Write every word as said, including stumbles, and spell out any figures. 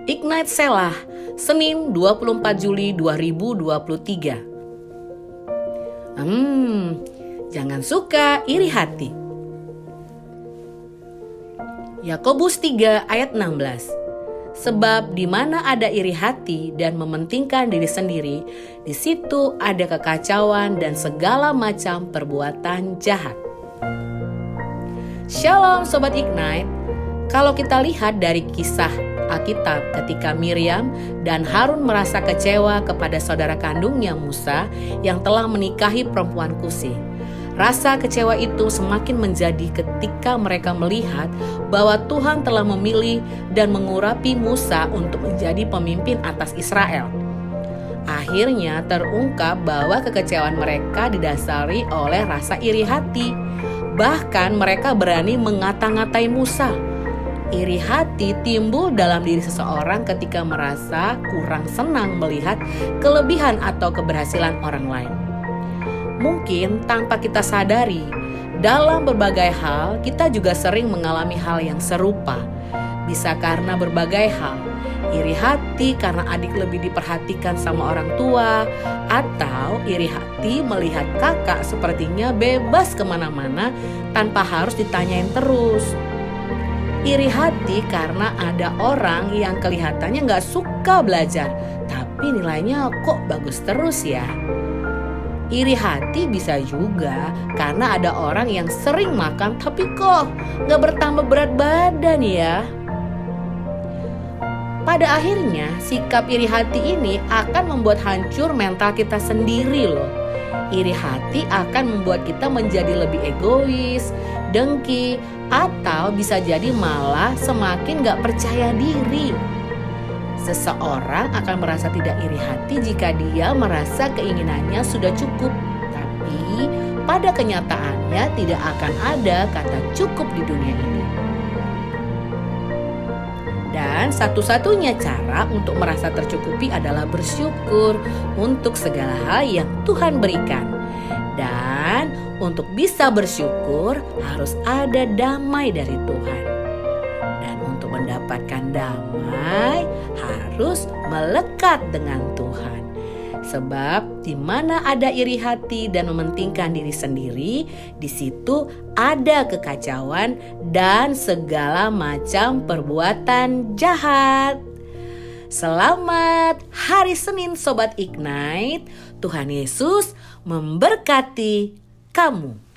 Ignite Selah, Senin dua puluh empat Juli dua ribu dua puluh tiga. Hmm, jangan suka iri hati. Yakobus tiga ayat enam belas. Sebab di mana ada iri hati dan mementingkan diri sendiri, di situ ada kekacauan dan segala macam perbuatan jahat. Shalom Sobat Ignite. Kalau kita lihat dari kisah Alkitab ketika Miriam dan Harun merasa kecewa kepada saudara kandungnya Musa yang telah menikahi perempuan Kusi. Rasa kecewa itu semakin menjadi ketika mereka melihat bahwa Tuhan telah memilih dan mengurapi Musa untuk menjadi pemimpin atas Israel. Akhirnya terungkap bahwa kekecewaan mereka didasari oleh rasa iri hati. Bahkan mereka berani mengata-ngatai Musa. Iri hati timbul dalam diri seseorang ketika merasa kurang senang melihat kelebihan atau keberhasilan orang lain. Mungkin tanpa kita sadari, dalam berbagai hal kita juga sering mengalami hal yang serupa. Bisa karena berbagai hal, iri hati karena adik lebih diperhatikan sama orang tua, atau iri hati melihat kakak sepertinya bebas kemana-mana tanpa harus ditanyain terus. Iri hati karena ada orang yang kelihatannya gak suka belajar, tapi nilainya kok bagus terus ya. Iri hati bisa juga karena ada orang yang sering makan tapi kok gak bertambah berat badan ya. Pada akhirnya sikap iri hati ini akan membuat hancur mental kita sendiri loh. Iri hati akan membuat kita menjadi lebih egois, dengki, atau bisa jadi malah semakin gak percaya diri. Seseorang akan merasa tidak iri hati jika dia merasa keinginannya sudah cukup. Tapi pada kenyataannya tidak akan ada kata cukup di dunia ini. Dan satu-satunya cara untuk merasa tercukupi adalah bersyukur untuk segala hal yang Tuhan berikan. Dan untuk bisa bersyukur harus ada damai dari Tuhan. Dan untuk mendapatkan damai harus melekat dengan Tuhan. Sebab di mana ada iri hati dan mementingkan diri sendiri, di situ ada kekacauan dan segala macam perbuatan jahat. Selamat hari Senin Sobat Ignite. Tuhan Yesus memberkati kamu.